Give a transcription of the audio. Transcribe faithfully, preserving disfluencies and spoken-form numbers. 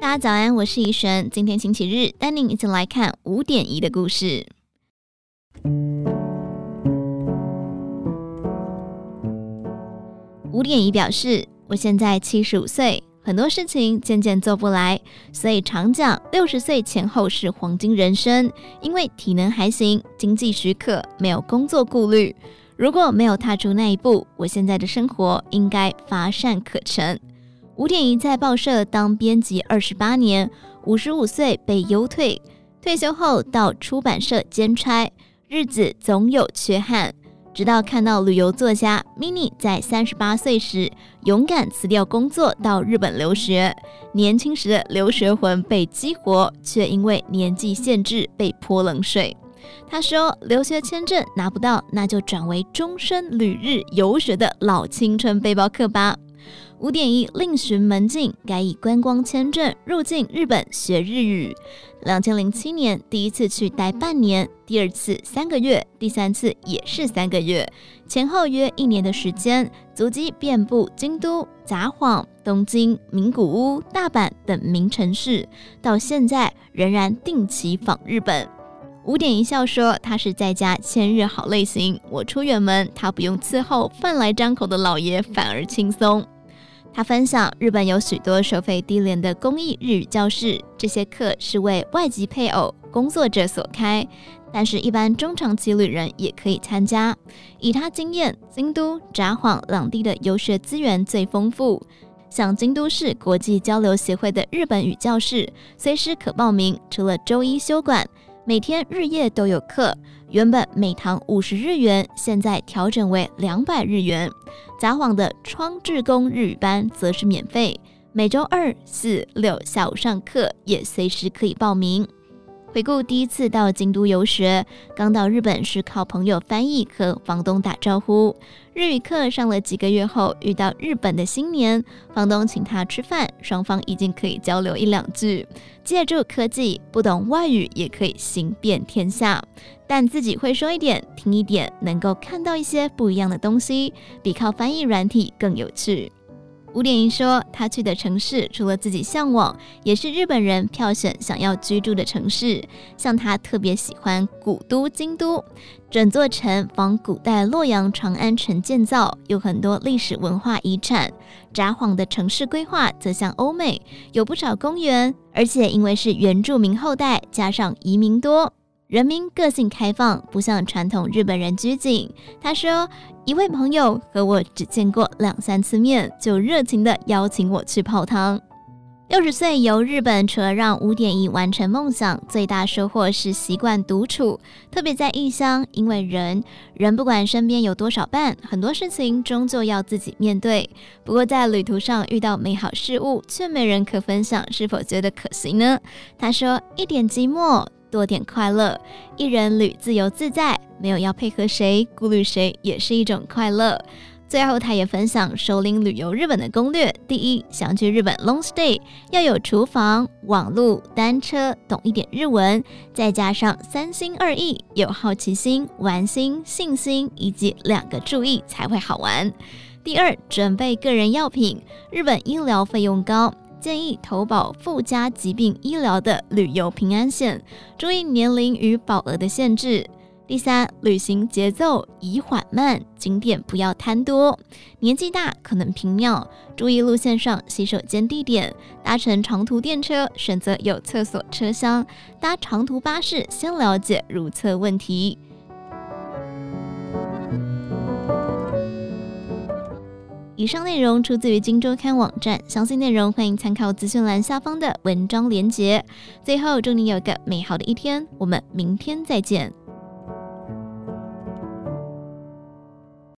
大家早安，我是怡璇。今天星期日，带您一起来看五点一的故事。五点一表示，我现在七十五岁，很多事情渐渐做不来，所以常讲六十岁前后是黄金人生，因为体能还行，经济许可，没有工作顾虑。如果没有踏出那一步，我现在的生活应该乏善可陈。五点一在报社当编辑二十八年，五十五岁被优退，退休后到出版社兼差，日子总有缺憾。直到看到旅游作家 Mini 在三十八岁时勇敢辞掉工作到日本留学，年轻时的留学魂被激活，却因为年纪限制被泼冷水。他说，留学签证拿不到，那就转为终身旅日游学的老青春背包客吧。五点一另寻门径，改以观光签证入境日本学日语。二零零七年第一次去待半年，第二次三个月，第三次也是三个月，前后约一年的时间，足迹遍布京都、札幌、东京、名古屋、大阪等名城市，到现在仍然定期访日本。五点一笑说，他是在家千日好类型，我出远门，他不用伺候饭来张口的老爷，反而轻松。他分享，日本有许多收费低廉的公益日语教室，这些课是为外籍配偶、工作者所开，但是一般中长期旅人也可以参加。以他经验，京都、札幌两地的游学资源最丰富，像京都市国际交流协会的日本语教室，随时可报名，除了周一休馆，每天日夜都有课，原本每堂五十日元，现在调整为两百日元。札幌的窗志工日语班则是免费，每周二、四、六下午上课，也随时可以报名。回顾第一次到京都游学，刚到日本是靠朋友翻译和房东打招呼。日语课上了几个月后，遇到日本的新年，房东请他吃饭，双方已经可以交流一两句。借助科技，不懂外语也可以行遍天下，但自己会说一点、听一点，能够看到一些不一样的东西，比靠翻译软体更有趣。五点一说，他去的城市除了自己向往，也是日本人票选想要居住的城市。像他特别喜欢古都京都，整座城仿古代洛阳长安城建造，有很多历史文化遗产。札幌的城市规划则像欧美，有不少公园，而且因为是原住民后代，加上移民多，人民个性开放，不像传统日本人拘谨。他说，一位朋友和我只见过两三次面，就热情地邀请我去泡汤。六十岁游日本，除了让五点一完成梦想，最大收获是习惯独处，特别在异乡，因为人人不管身边有多少伴，很多事情终究要自己面对。不过在旅途上遇到美好事物，却没人可分享，是否觉得可惜呢？他说，一点寂寞，多点快乐，一人旅自由自在，没有要配合谁，顾虑谁，也是一种快乐。最后他也分享首领旅游日本的攻略。第一，想去日本 long stay， 要有厨房、网路、单车，懂一点日文，再加上三心二意，有好奇心、玩心、信心，以及两个注意才会好玩。第二，准备个人药品，日本医疗费用高，建议投保附加疾病医疗的旅游平安险，注意年龄与保额的限制。第三，旅行节奏宜缓慢，景点不要贪多，年纪大可能频尿，注意路线上洗手间地点，搭乘长途电车选择有厕所车厢，搭长途巴士先了解如厕问题。以上内容出自于今周刊网站，详细内容欢迎参考资讯栏下方的文章连结。最后祝你有个美好的一天，我们明天再见。